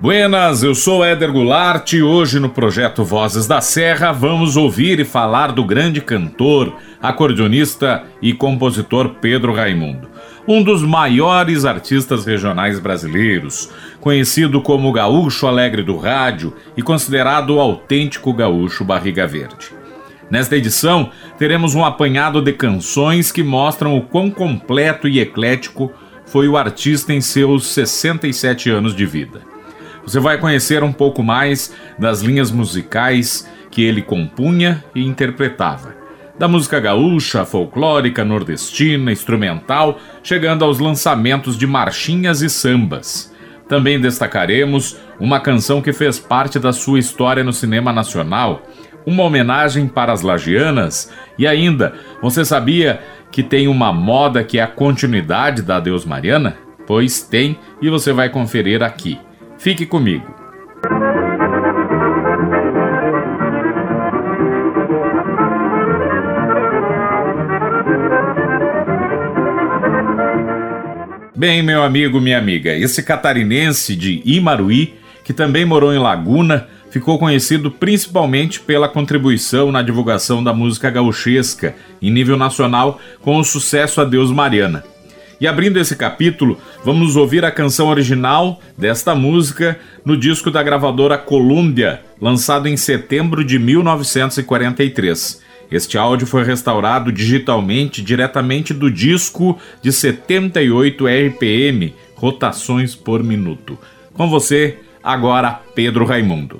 Buenas, eu sou Éder Goulart e hoje no projeto Vozes da Serra vamos ouvir e falar do grande cantor, acordeonista e compositor Pedro Raimundo, um dos maiores artistas regionais brasileiros, conhecido como Gaúcho Alegre do Rádio e considerado o autêntico gaúcho barriga verde. Nesta edição, teremos um apanhado de canções que mostram o quão completo e eclético foi o artista em seus 67 anos de vida. Você vai conhecer um pouco mais das linhas musicais que ele compunha e interpretava. Da música gaúcha, folclórica, nordestina, instrumental, chegando aos lançamentos de marchinhas e sambas. Também destacaremos uma canção que fez parte da sua história no cinema nacional, uma homenagem para as lagianas e ainda, você sabia que tem uma moda que é a continuidade da Adeus Mariana? Pois tem e você vai conferir aqui. Fique comigo. Bem, meu amigo, minha amiga, esse catarinense de Imaruí, que também morou em Laguna, ficou conhecido principalmente pela contribuição na divulgação da música gauchesca em nível nacional com o sucesso Adeus Mariana. E abrindo esse capítulo, vamos ouvir a canção original desta música no disco da gravadora Columbia, lançado em setembro de 1943. Este áudio foi restaurado digitalmente diretamente do disco de 78 RPM, rotações por minuto. Com você, agora, Pedro Raimundo.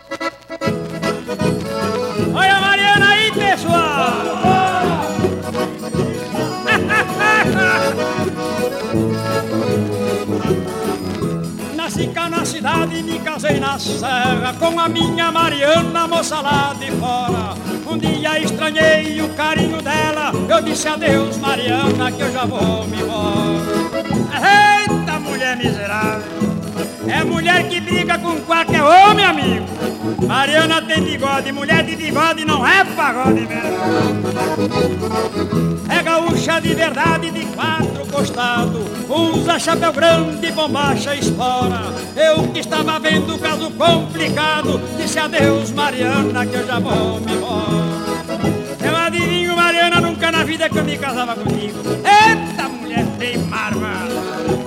Olha a Mariana aí, pessoal! Nasci cá na cidade e me casei na serra com a minha Mariana, moça lá de fora. Um dia estranhei o carinho dela, eu disse adeus, Mariana, que eu já vou me embora. Eita, mulher miserável! É mulher que briga com qualquer homem, amigo. Mariana tem bigode, mulher de bigode não é pagode mesmo. É gaúcha de verdade, de quatro costados, usa chapéu grande, bombacha e espora. Eu que estava vendo o caso complicado, disse adeus, Mariana, que eu já vou me embora. Eu adivinho, Mariana, nunca na vida que eu me casava contigo. Eita, mulher tem marmada.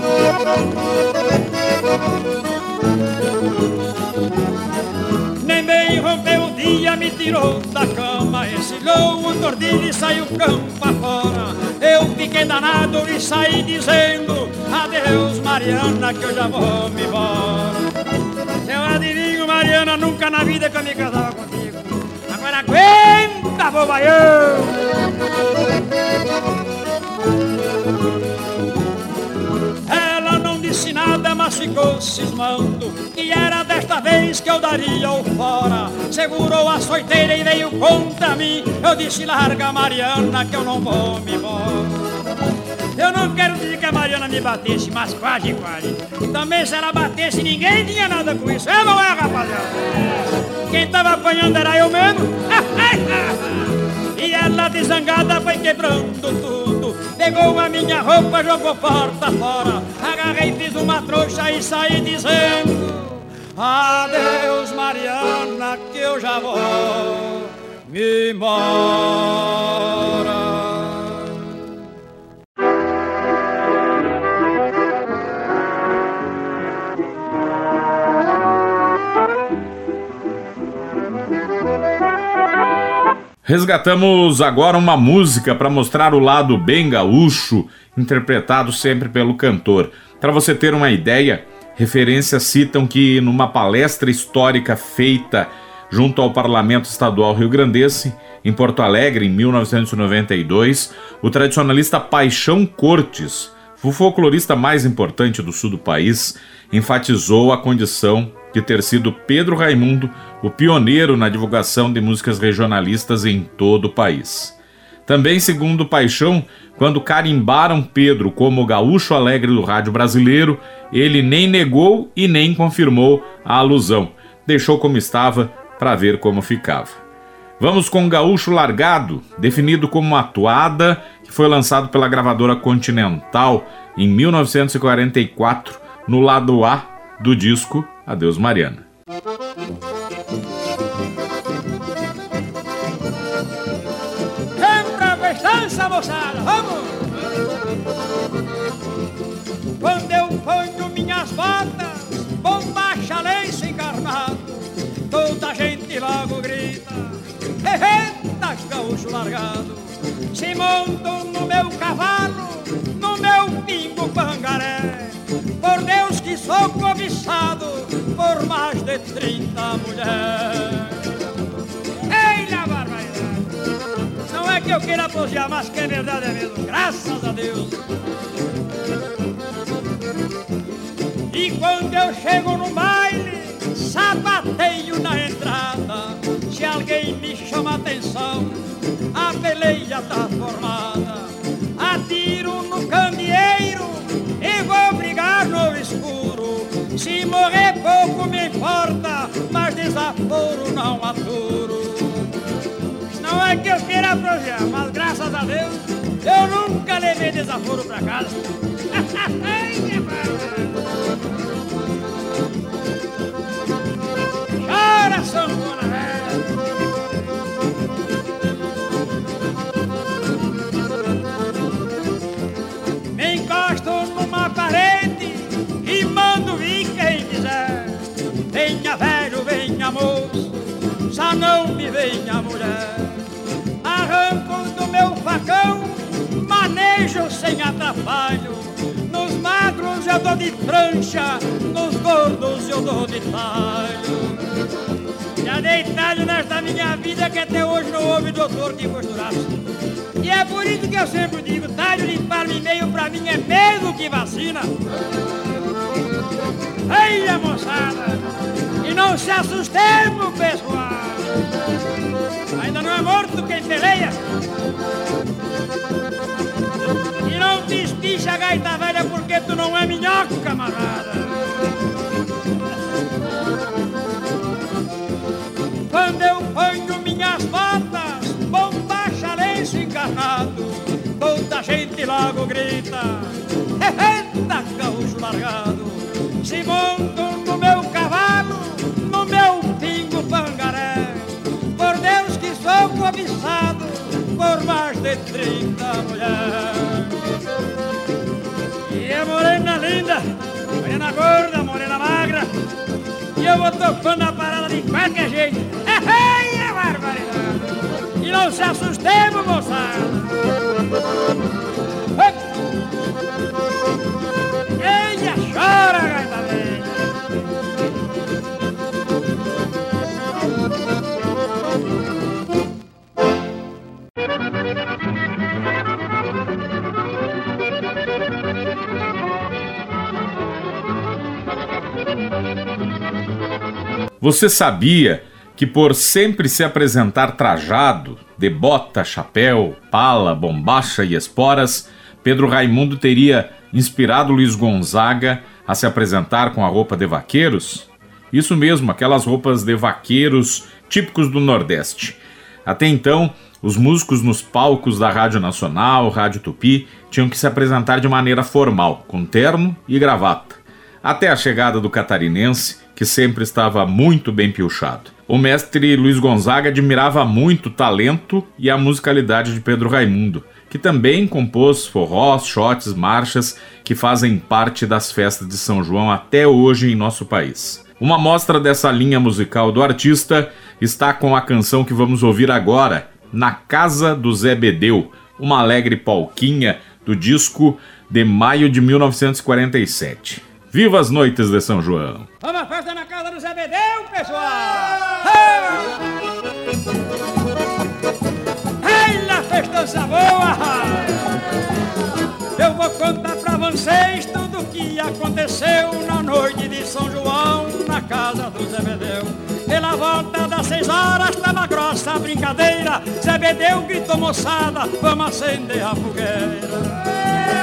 Nem bem rompeu o dia, me tirou da cama, ensilhou o tordilho e saiu campo afora. Eu fiquei danado e saí dizendo adeus, Mariana, que eu já vou me embora. Eu adivinho, Mariana, nunca na vida que eu me casava contigo. Agora aguenta, bobaião! Disse nada, mas ficou cismando que era desta vez que eu daria o fora. Segurou a soiteira e veio contra mim. Eu disse larga, Mariana, que eu não vou me embora. Eu não quero dizer que a Mariana me batesse, mas quase. E também se ela batesse, ninguém tinha nada com isso. É, não é, rapaziada? Quem tava apanhando era eu mesmo. E ela desangada foi quebrando tudo. Pegou a minha roupa, jogou porta fora. Agarrei, fiz uma trouxa e saí dizendo adeus, Mariana, que eu já vou me embora. Resgatamos agora uma música para mostrar o lado bem gaúcho, interpretado sempre pelo cantor. Para você ter uma ideia, referências citam que numa palestra histórica feita junto ao Parlamento Estadual Rio-Grandense, em Porto Alegre, em 1992, o tradicionalista Paixão Cortes, o folclorista mais importante do sul do país, enfatizou a condição de ter sido Pedro Raimundo o pioneiro na divulgação de músicas regionalistas em todo o país. Também, segundo Paixão, quando carimbaram Pedro como gaúcho alegre do rádio brasileiro, ele nem negou e nem confirmou a alusão, deixou como estava para ver como ficava. Vamos com Gaúcho Largado, definido como uma toada, que foi lançado pela gravadora Continental em 1944, no lado A do disco Adeus, Mariana. Vamos pra festança, moçada, vamos! Quando eu ponho minhas botas, bombacha, lenço encarnado, toda a gente logo grita, eita, gaúcho largado. Se montam no meu cavalo, no meu pingo pangaré, por Deus que sou cobiçado por mais de 30 mulheres. Ei, a barbaridade! Não é que eu queira posear, mas que é verdade é mesmo, graças a Deus. E quando eu chego no baile, sapateio na entrada. Se alguém me chama a atenção, a peleia tá formada. Atiro no candeeiro e vou brigar no escuro. Se morrer pouco me importa, mas desaforo não aturo. Não é que eu queira projetar, mas graças a Deus eu nunca levei desaforo pra casa. Chora, sanfona velha. Me encosto numa parede e mando vir quem quiser. Venha velho, venha moço, só não me venha mulher. Arranco do meu facão, manejo sem atrapalho. Nos magros eu dou de prancha, nos gordos eu dou de talho. Já dei talho nesta minha vida que até hoje não houve doutor que costurasse. E é por isso que eu sempre digo, talho de palmo e meio pra mim é mesmo que vacina. Eia, moçada, e não se assustemos, pessoal. Ainda não é morto quem peleia. E não te espicha a gaita velha porque tu não é minhoca, camarada. Quando eu ponho minhas botas, bombacha, lenço encarnado, toda a gente logo grita, eita, gaúcho largado. Se montam no meu cavalo, no meu pingo pangaré, por Deus que sou cobiçado por mais de 30 mulheres. E a morena linda, morena gorda, morena magra, e eu vou tocando a parada de qualquer jeito. É barbaridade! E não se assustemos, moçada! Eia, chora, gaita velha! Você sabia que por sempre se apresentar trajado, de bota, chapéu, pala, bombacha e esporas, Pedro Raimundo teria inspirado Luiz Gonzaga a se apresentar com a roupa de vaqueiros? Isso mesmo, aquelas roupas de vaqueiros típicos do Nordeste. Até então, os músicos nos palcos da Rádio Nacional, Rádio Tupi, tinham que se apresentar de maneira formal, com terno e gravata. Até a chegada do catarinense, que sempre estava muito bem piochado. O mestre Luiz Gonzaga admirava muito o talento e a musicalidade de Pedro Raimundo, que também compôs forrós, shotes, marchas que fazem parte das festas de São João até hoje em nosso país. Uma amostra dessa linha musical do artista está com a canção que vamos ouvir agora, Na Casa do Zé Bedeu, uma alegre polquinha do disco de maio de 1947. Viva as noites de São João! Vamos à festa na casa do Zé Bedeu, pessoal! Ei, na festança boa! Eu vou contar pra vocês tudo o que aconteceu na noite de São João, na casa do Zé Bedeu. Pela volta das 6 horas tava grossa a brincadeira. Zé Bedeu gritou, moçada, vamos acender a fogueira.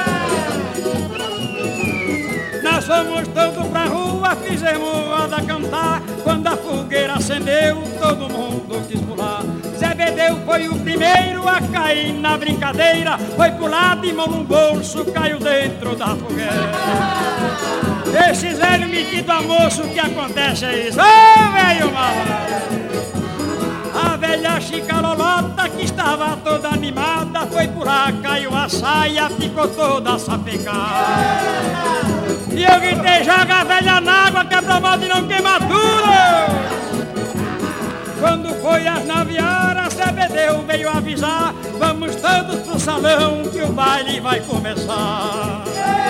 Nós fomos todos pra rua, fizemos roda cantar. Quando a fogueira acendeu, todo mundo quis pular. Zé Bedeu foi o primeiro a cair na brincadeira. Foi pular de mão no bolso, caiu dentro da fogueira. Esses velhos metidos a moço, o que acontece é isso. Ô, velho malandro! A velha Chica Lolota, que estava toda animada, foi por lá, caiu a saia, ficou toda sapecada. E eu gritei, joga a velha na água, que é pra mal de não queimar tudo. Quando foi às 9 horas, Zebedeu veio avisar, vamos todos pro salão, que o baile vai começar.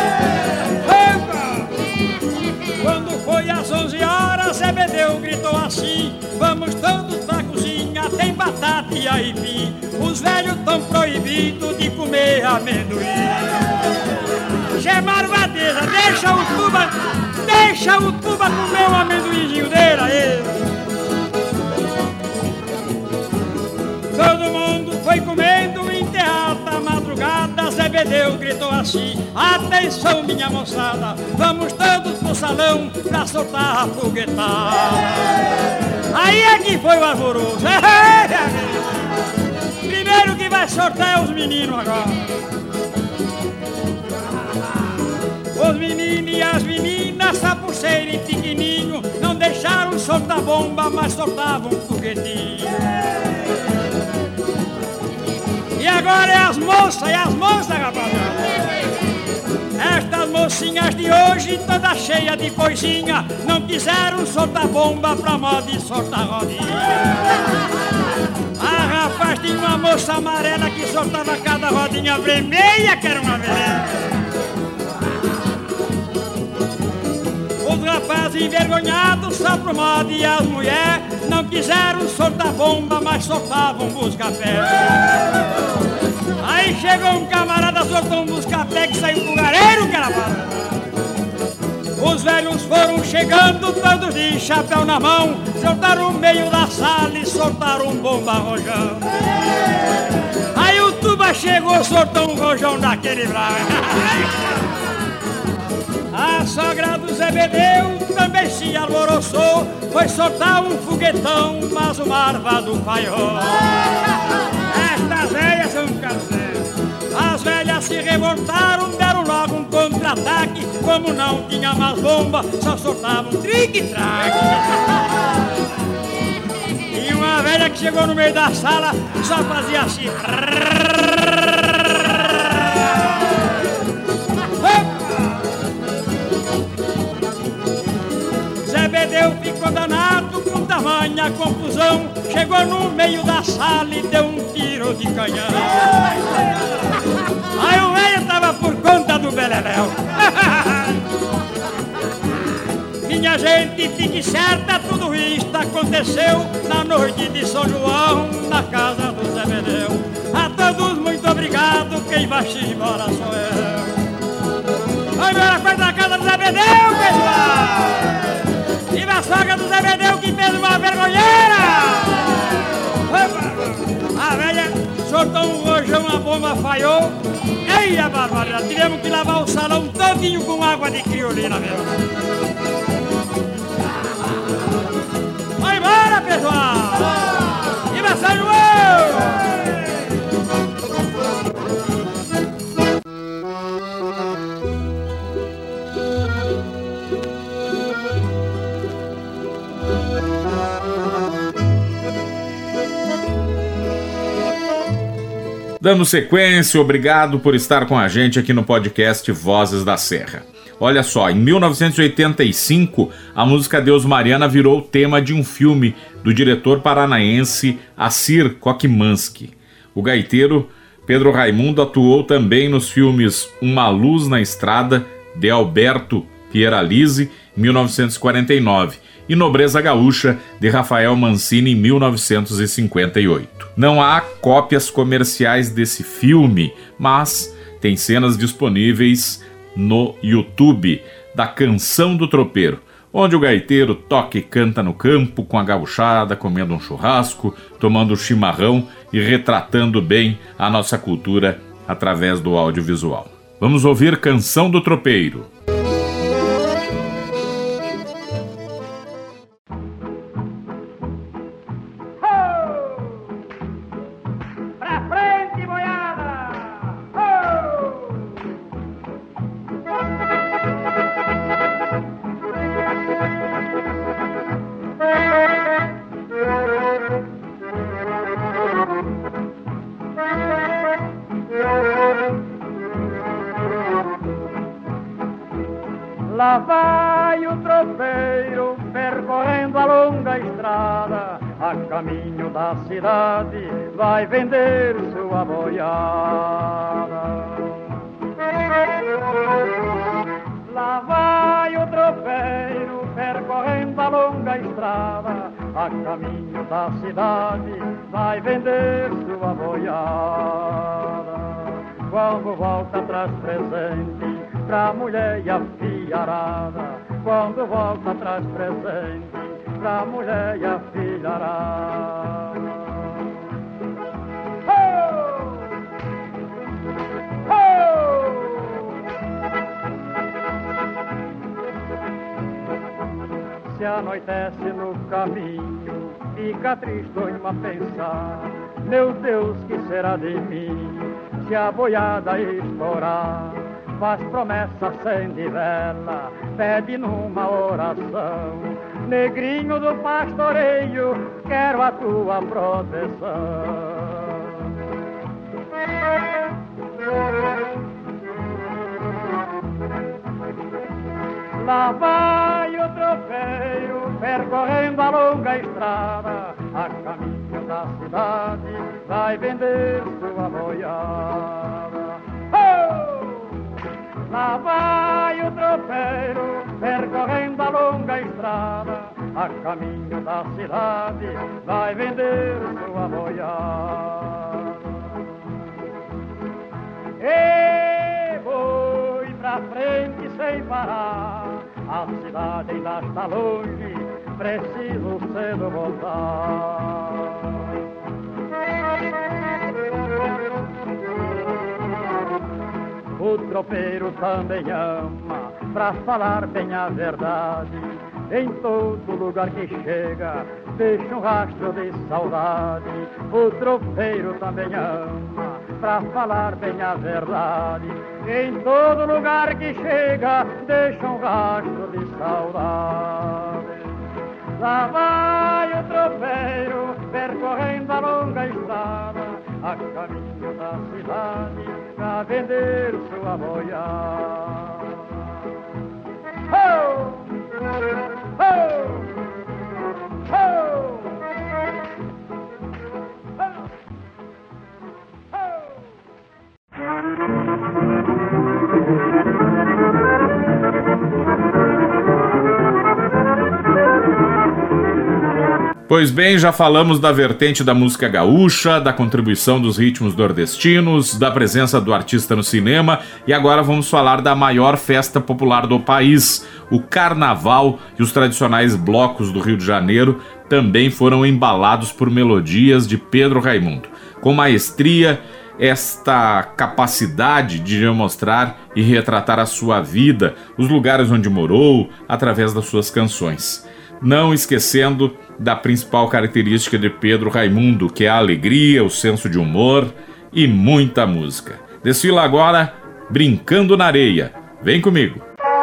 Epa! Quando foi às 11 horas, Zebedeu gritou assim, vamos todos pra cozinha, tem batata e aipim. Os velhos tão proibidos de comer amendoim. Chamaram a Deza, deixa o tuba comer o amendoinzinho dele aí. Todo mundo foi comendo, enterrada a madrugada, Zebedeu gritou assim, atenção minha moçada, vamos todos pro salão pra soltar a foguetada. Aí é que foi o alvoroço. Primeiro que vai soltar é os meninos agora. Os meninos e as meninas, só por serem pequenininhos, não deixaram soltar bomba, mas soltavam foguetinho. E agora é as moças, rapaziada. Estas mocinhas de hoje, toda cheia de coisinha, não quiseram soltar bomba pra moda de soltar rodinha. Ah, rapaz, tinha uma moça amarela que soltava cada rodinha vermelha, que era uma beleza. Os rapazes envergonhados só pro modo e as mulheres não quiseram soltar bomba, mas soltavam busca-pé. Aí chegou um camarada, soltou um busca-pé que saiu fogareiro, que era barulho. Os velhos foram chegando, todos de chapéu na mão, soltaram no meio da sala e soltaram um bomba rojão. Aí o tuba chegou, soltou um rojão daquele branco. A sogra do Zebedeu também se alvoroçou, foi soltar um foguetão, mas o marvado falhou. Estas velhas são caseiras. As velhas se revoltaram, deram logo um contra-ataque. Como não tinha mais bomba, só soltavam trique-traque. E uma velha que chegou no meio da sala só fazia assim. Zebedeu ficou danado com tamanha confusão, chegou no meio da sala e deu um tiro de canhão. Aí o velho tava por conta do beleléu. Minha gente, fique certa, tudo isto aconteceu na noite de São João, na casa do Zebedeu. A todos muito obrigado, quem vai se embora sou eu. Agora faz da casa do Zebedeu, pessoal! E a sogra do Zebedeu que fez uma vergonheira! A velha soltou um rojão, a bomba falhou. Ei, a barbaridade! Tivemos que lavar o salão todinho com água de criolina mesmo. Vai embora, pessoal! E a São João! Dando sequência, obrigado por estar com a gente aqui no podcast Vozes da Serra. Olha só, em 1985, a música Deus Mariana virou tema de um filme do diretor paranaense Assir Kokmansky. O gaiteiro Pedro Raimundo atuou também nos filmes Uma Luz na Estrada, de Alberto Pieralisi, em 1949, e Nobreza Gaúcha, de Rafael Mancini, em 1958. Não há cópias comerciais desse filme, mas tem cenas disponíveis no YouTube da Canção do Tropeiro, onde o gaiteiro toca e canta no campo com a gauchada, comendo um churrasco, tomando um chimarrão e retratando bem a nossa cultura através do audiovisual. Vamos ouvir Canção do Tropeiro. Lá vai o tropeiro percorrendo a longa estrada, a caminho da cidade vai vender sua boiada. Lá vai o tropeiro percorrendo a longa estrada, a caminho da cidade vai vender sua boiada. Quando volta traz presente pra mulher e a filharada, quando volta traz presente pra mulher e a filharada. Se anoitece no caminho, fica tristonho a pensar, meu Deus, que será de mim se a boiada estourar? Faz promessa, acende vela, pede numa oração, negrinho do pastoreio, quero a tua proteção. Lá vai o tropeiro percorrendo a longa estrada, a caminho da cidade vai vender sua boiada. Oh! Lá vai o tropeiro percorrendo a longa estrada, a caminho da cidade vai vender sua boiada. E vou pra frente sem parar, a cidade ainda está longe, preciso cedo voltar. O tropeiro também ama, pra falar bem a verdade, em todo lugar que chega, deixa um rastro de saudade. O tropeiro também ama, pra falar bem a verdade, em todo lugar que chega, deixa um rastro de saudade. Lá vai o tropeiro percorrendo a longa estrada, a caminho da cidade, pra vender sua boiada. Oh! Oh! Oh! Pois bem, já falamos da vertente da música gaúcha, da contribuição dos ritmos nordestinos, da presença do artista no cinema e agora vamos falar da maior festa popular do país. O Carnaval e os tradicionais blocos do Rio de Janeiro também foram embalados por melodias de Pedro Raimundo. Com maestria, esta capacidade de demonstrar e retratar a sua vida, os lugares onde morou, através das suas canções. Não esquecendo da principal característica de Pedro Raimundo, que é a alegria, o senso de humor e muita música. Desfila agora Brincando na Areia. Vem comigo!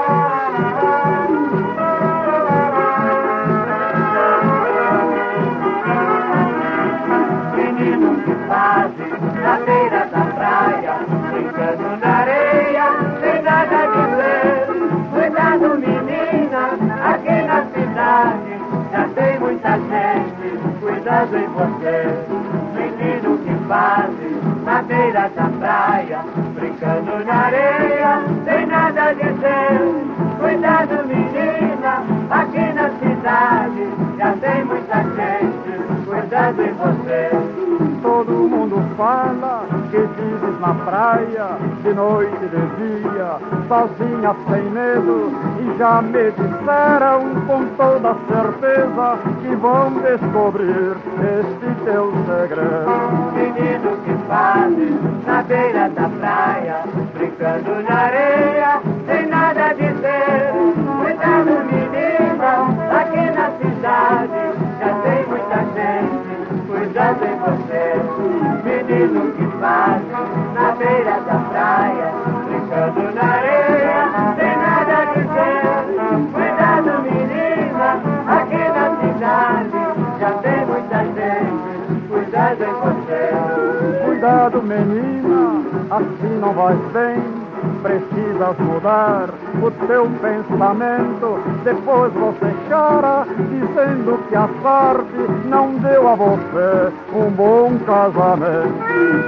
Menino que fazem na beira da praia, brincando na areia, sem nada dizer. Cuidado, menina, aqui na cidade já tem muita gente, cuidado em você. Menino que fazem na beira da praia, brincando na areia, sem nada dizer. Cuidado, menina, aqui na cidade já tem muita gente, cuidado em você. Todo mundo fala que vives na praia, de noite e de dia, sozinha, sem medo, e já me disseram com toda certeza que vão descobrir este teu segredo. Menino que fazes na beira da praia, brincando na areia, sem nada dizer. Cuidado, menina, aqui na cidade já tem muita gente, cuidado em você. Menino que faz na beira da praia, brincando na areia, sem nada a dizer. Cuidado, menina, aqui na cidade já tem muita gente, cuidado em você. Cuidado, menina, assim não vai bem. Precisas mudar o teu pensamento, depois você chora, dizendo que a sorte não deu a você um bom casamento.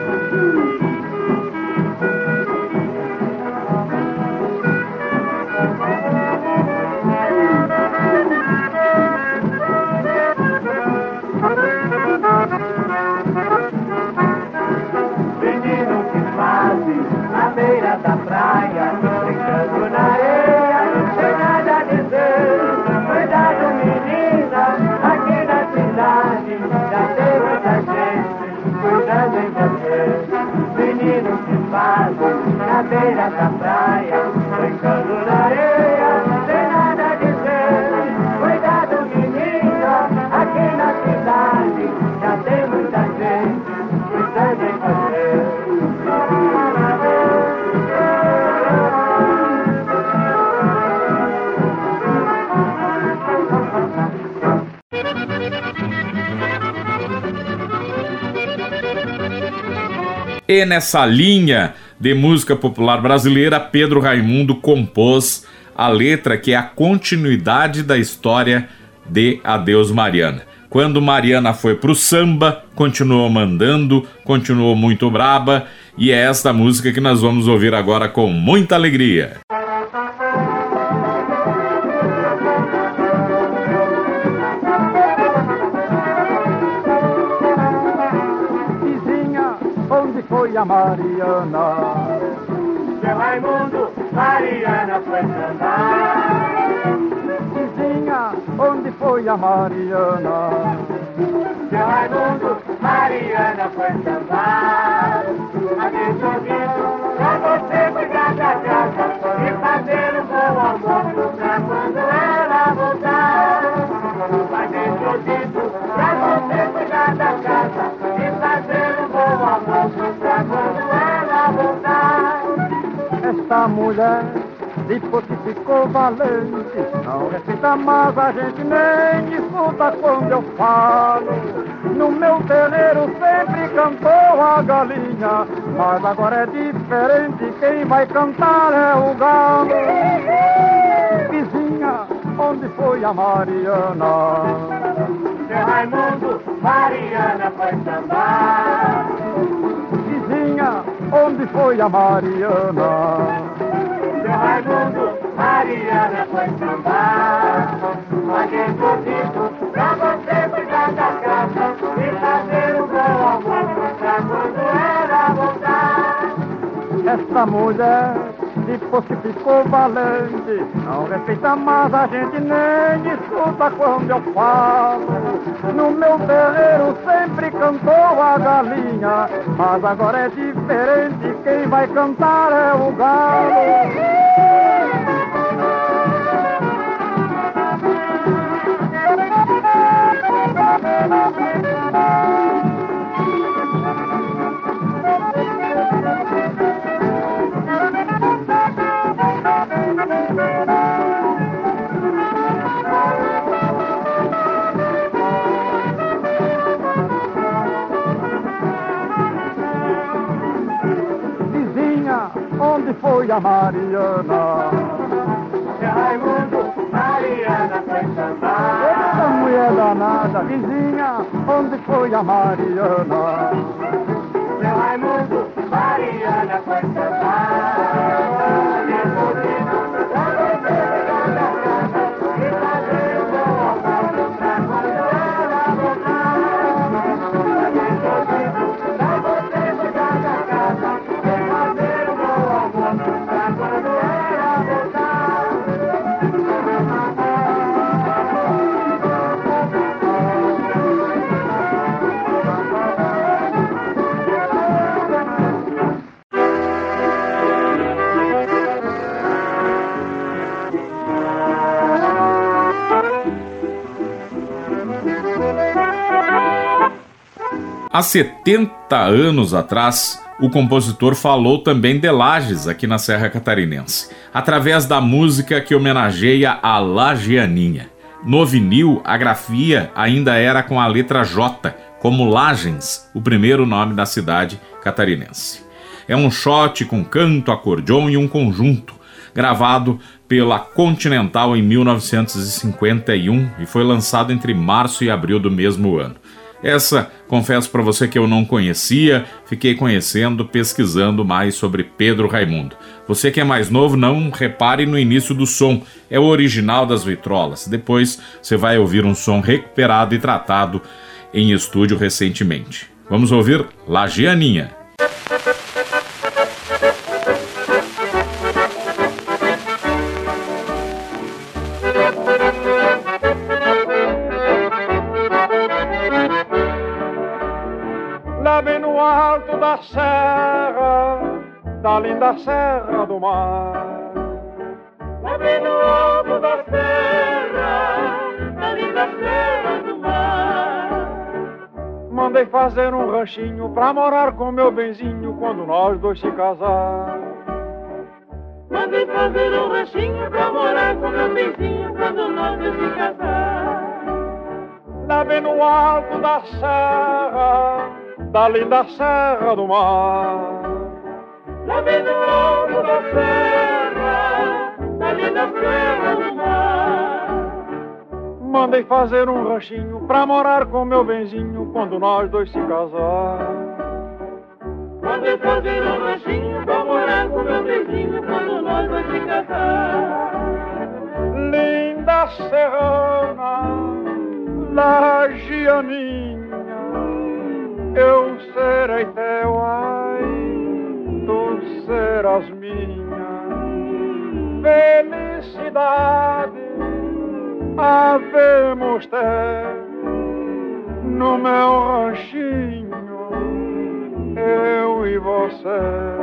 Menino que fazem na beira da praia, brincando na areia, não tem nada a dizer. Cuidado, menina, aqui na cidade já tem muita gente cuidando em você. Menino que fazem na beira da praia, brincando na areia, não tem nada a dizer. Cuidado, menina, aqui na cidade já tem muita gente cuidando em você. E nessa linha de música popular brasileira, Pedro Raimundo compôs a letra que é a continuidade da história de Adeus Mariana. Quando Mariana foi pro samba, continuou mandando, continuou muito braba, e é esta música que nós vamos ouvir agora com muita alegria. Foi a Mariana, Seu Raimundo, Mariana foi sambar. vizinha, onde foi a Mariana? Seu Raimundo, Mariana foi sambar. Aquele sorriso pra você cuidar da casa e fazer um bom almoço pra quando ela voltar. Aquele sorriso pra você cuidar da casa e fazer um bom almoço pra quando ela voltar. Esta mulher depois que ficou valente, não respeita mais a gente nem escuta quando eu falo. No meu terreiro sempre cantou a galinha, mas agora é diferente, quem vai cantar é o galo. Vizinha, onde foi a Mariana? Seu Raimundo, Mariana foi sambar. Vizinha, onde foi a Mariana? Seu Raimundo, Mariana foi sambar. Aquele sorriso pra você cuidar da casa e fazer um bom almoço pra quando ela voltar. Esta mulher depois que ficou valente, não respeita mais a gente nem escuta quando eu falo. No meu terreiro sempre cantou a galinha, mas agora é diferente, quem vai cantar é o galo. Vizinha, onde foi a Mariana? Seu Raimundo, Mariana foi sambar. Essa mulher danada, vizinha, onde foi a Mariana? Seu Raimundo, Mariana foi sambar. Aquele sorriso pra você cuidar da casa e fazer um bom almoço pra quando ela voltar. Aquele sorriso pra você cuidar da casa e fazer um bom almoço pra quando ela voltar. Há 70 anos atrás, o compositor falou também de Lages, aqui na Serra Catarinense, através da música que homenageia a Lagianinha. No vinil, a grafia ainda era com a letra J, como Lagens, o primeiro nome da cidade catarinense. É um shot com canto, acordeon e um conjunto, gravado pela Continental em 1951 e foi lançado entre março e abril do mesmo ano. Essa, confesso para você que eu não conhecia, fiquei conhecendo, pesquisando mais sobre Pedro Raimundo. Você que é mais novo, não repare no início do som, é o original das vitrolas. Depois você vai ouvir um som recuperado e tratado em estúdio recentemente. Vamos ouvir Lagianinha. Lá bem no alto da serra, da linda Serra do Mar. Lá bem no alto da serra, da linda Serra do Mar. Mandei fazer um ranchinho pra morar com meu benzinho quando nós dois se casar. Mandei fazer um ranchinho pra morar com meu benzinho quando nós dois se casar. Lá bem no alto da serra, da linda Serra do Mar. Lá bem no alto da serra, da linda Serra do Mar. Mandei fazer um ranchinho pra morar com meu benzinho quando nós dois se casar. Mandei fazer um ranchinho pra morar com meu benzinho quando nós dois se casar. Linda serrana, lagianinha, eu serei teu, ai, tu serás minha. Felicidade havemos ter no meu ranchinho, eu e você.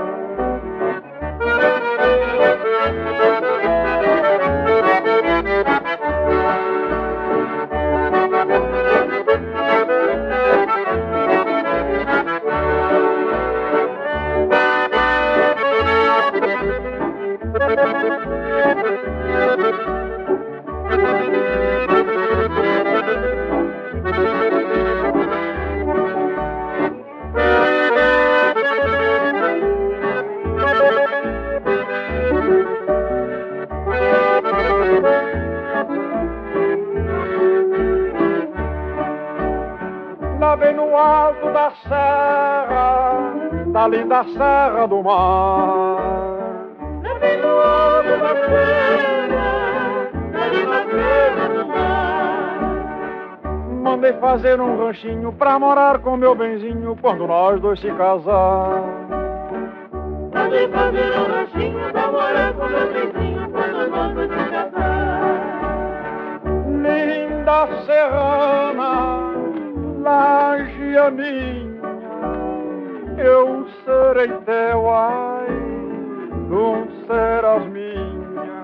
Lá bem no alto da serra, da linda Serra do Mar. Lá bem no alto da serra, da linda Serra do Mar. Mandei fazer um ranchinho pra morar com meu benzinho quando nós dois se casar. Mandei fazer um ranchinho pra morar com meu benzinho quando nós dois se casar. Linda serrana, lagianinha, eu serei teu, ai, tu serás minha.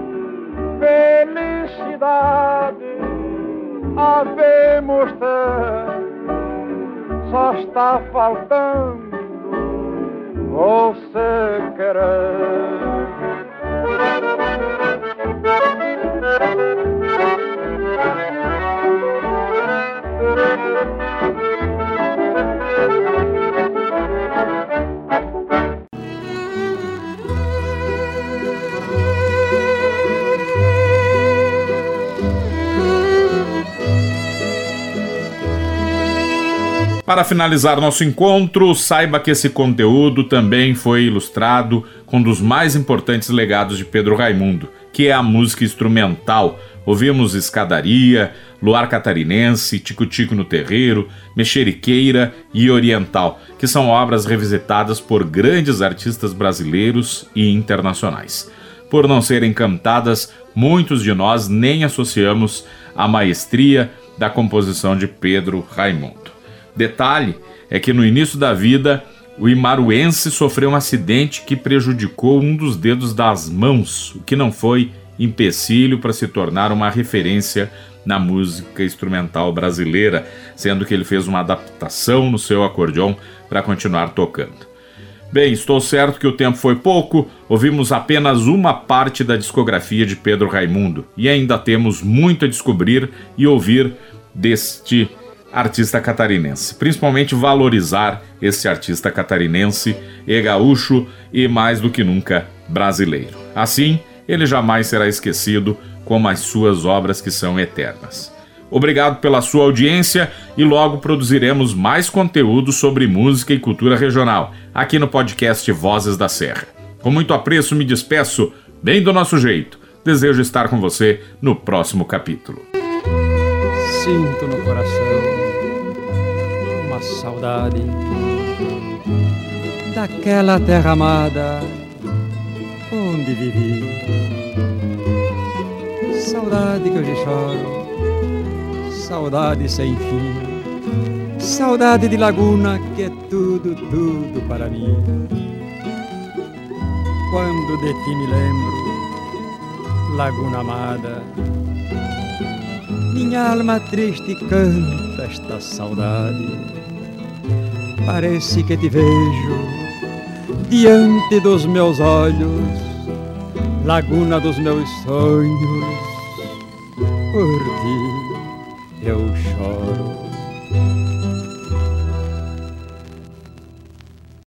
Felicidade havemos ter, só está faltando você querer. Para finalizar nosso encontro, saiba que esse conteúdo também foi ilustrado com um dos mais importantes legados de Pedro Raimundo, que é a música instrumental. Ouvimos Escadaria, Luar Catarinense, Tico-Tico no Terreiro, Mexeriqueira e Oriental, que são obras revisitadas por grandes artistas brasileiros e internacionais. Por não serem cantadas, muitos de nós nem associamos a maestria da composição de Pedro Raimundo. Detalhe é que no início da vida, o imaruense sofreu um acidente que prejudicou um dos dedos das mãos, o que não foi empecilho para se tornar uma referência na música instrumental brasileira, sendo que ele fez uma adaptação no seu acordeon para continuar tocando. Bem, estou certo que o tempo foi pouco, ouvimos apenas uma parte da discografia de Pedro Raimundo e ainda temos muito a descobrir e ouvir deste artista catarinense, principalmente valorizar esse artista catarinense e gaúcho e mais do que nunca brasileiro. Assim, ele jamais será esquecido como as suas obras que são eternas. Obrigado pela sua audiência e logo produziremos mais conteúdo sobre música e cultura regional aqui no podcast Vozes da Serra. Com muito apreço me despeço, bem do nosso jeito. Desejo estar com você no próximo capítulo. Sinto no coração uma saudade daquela terra amada onde vivi. Saudade que hoje choro, saudade sem fim, saudade de Laguna que é tudo, tudo para mim. Quando de ti me lembro, Laguna amada, minha alma triste canta esta saudade. Parece que te vejo diante dos meus olhos, Laguna dos meus sonhos, por ti eu choro.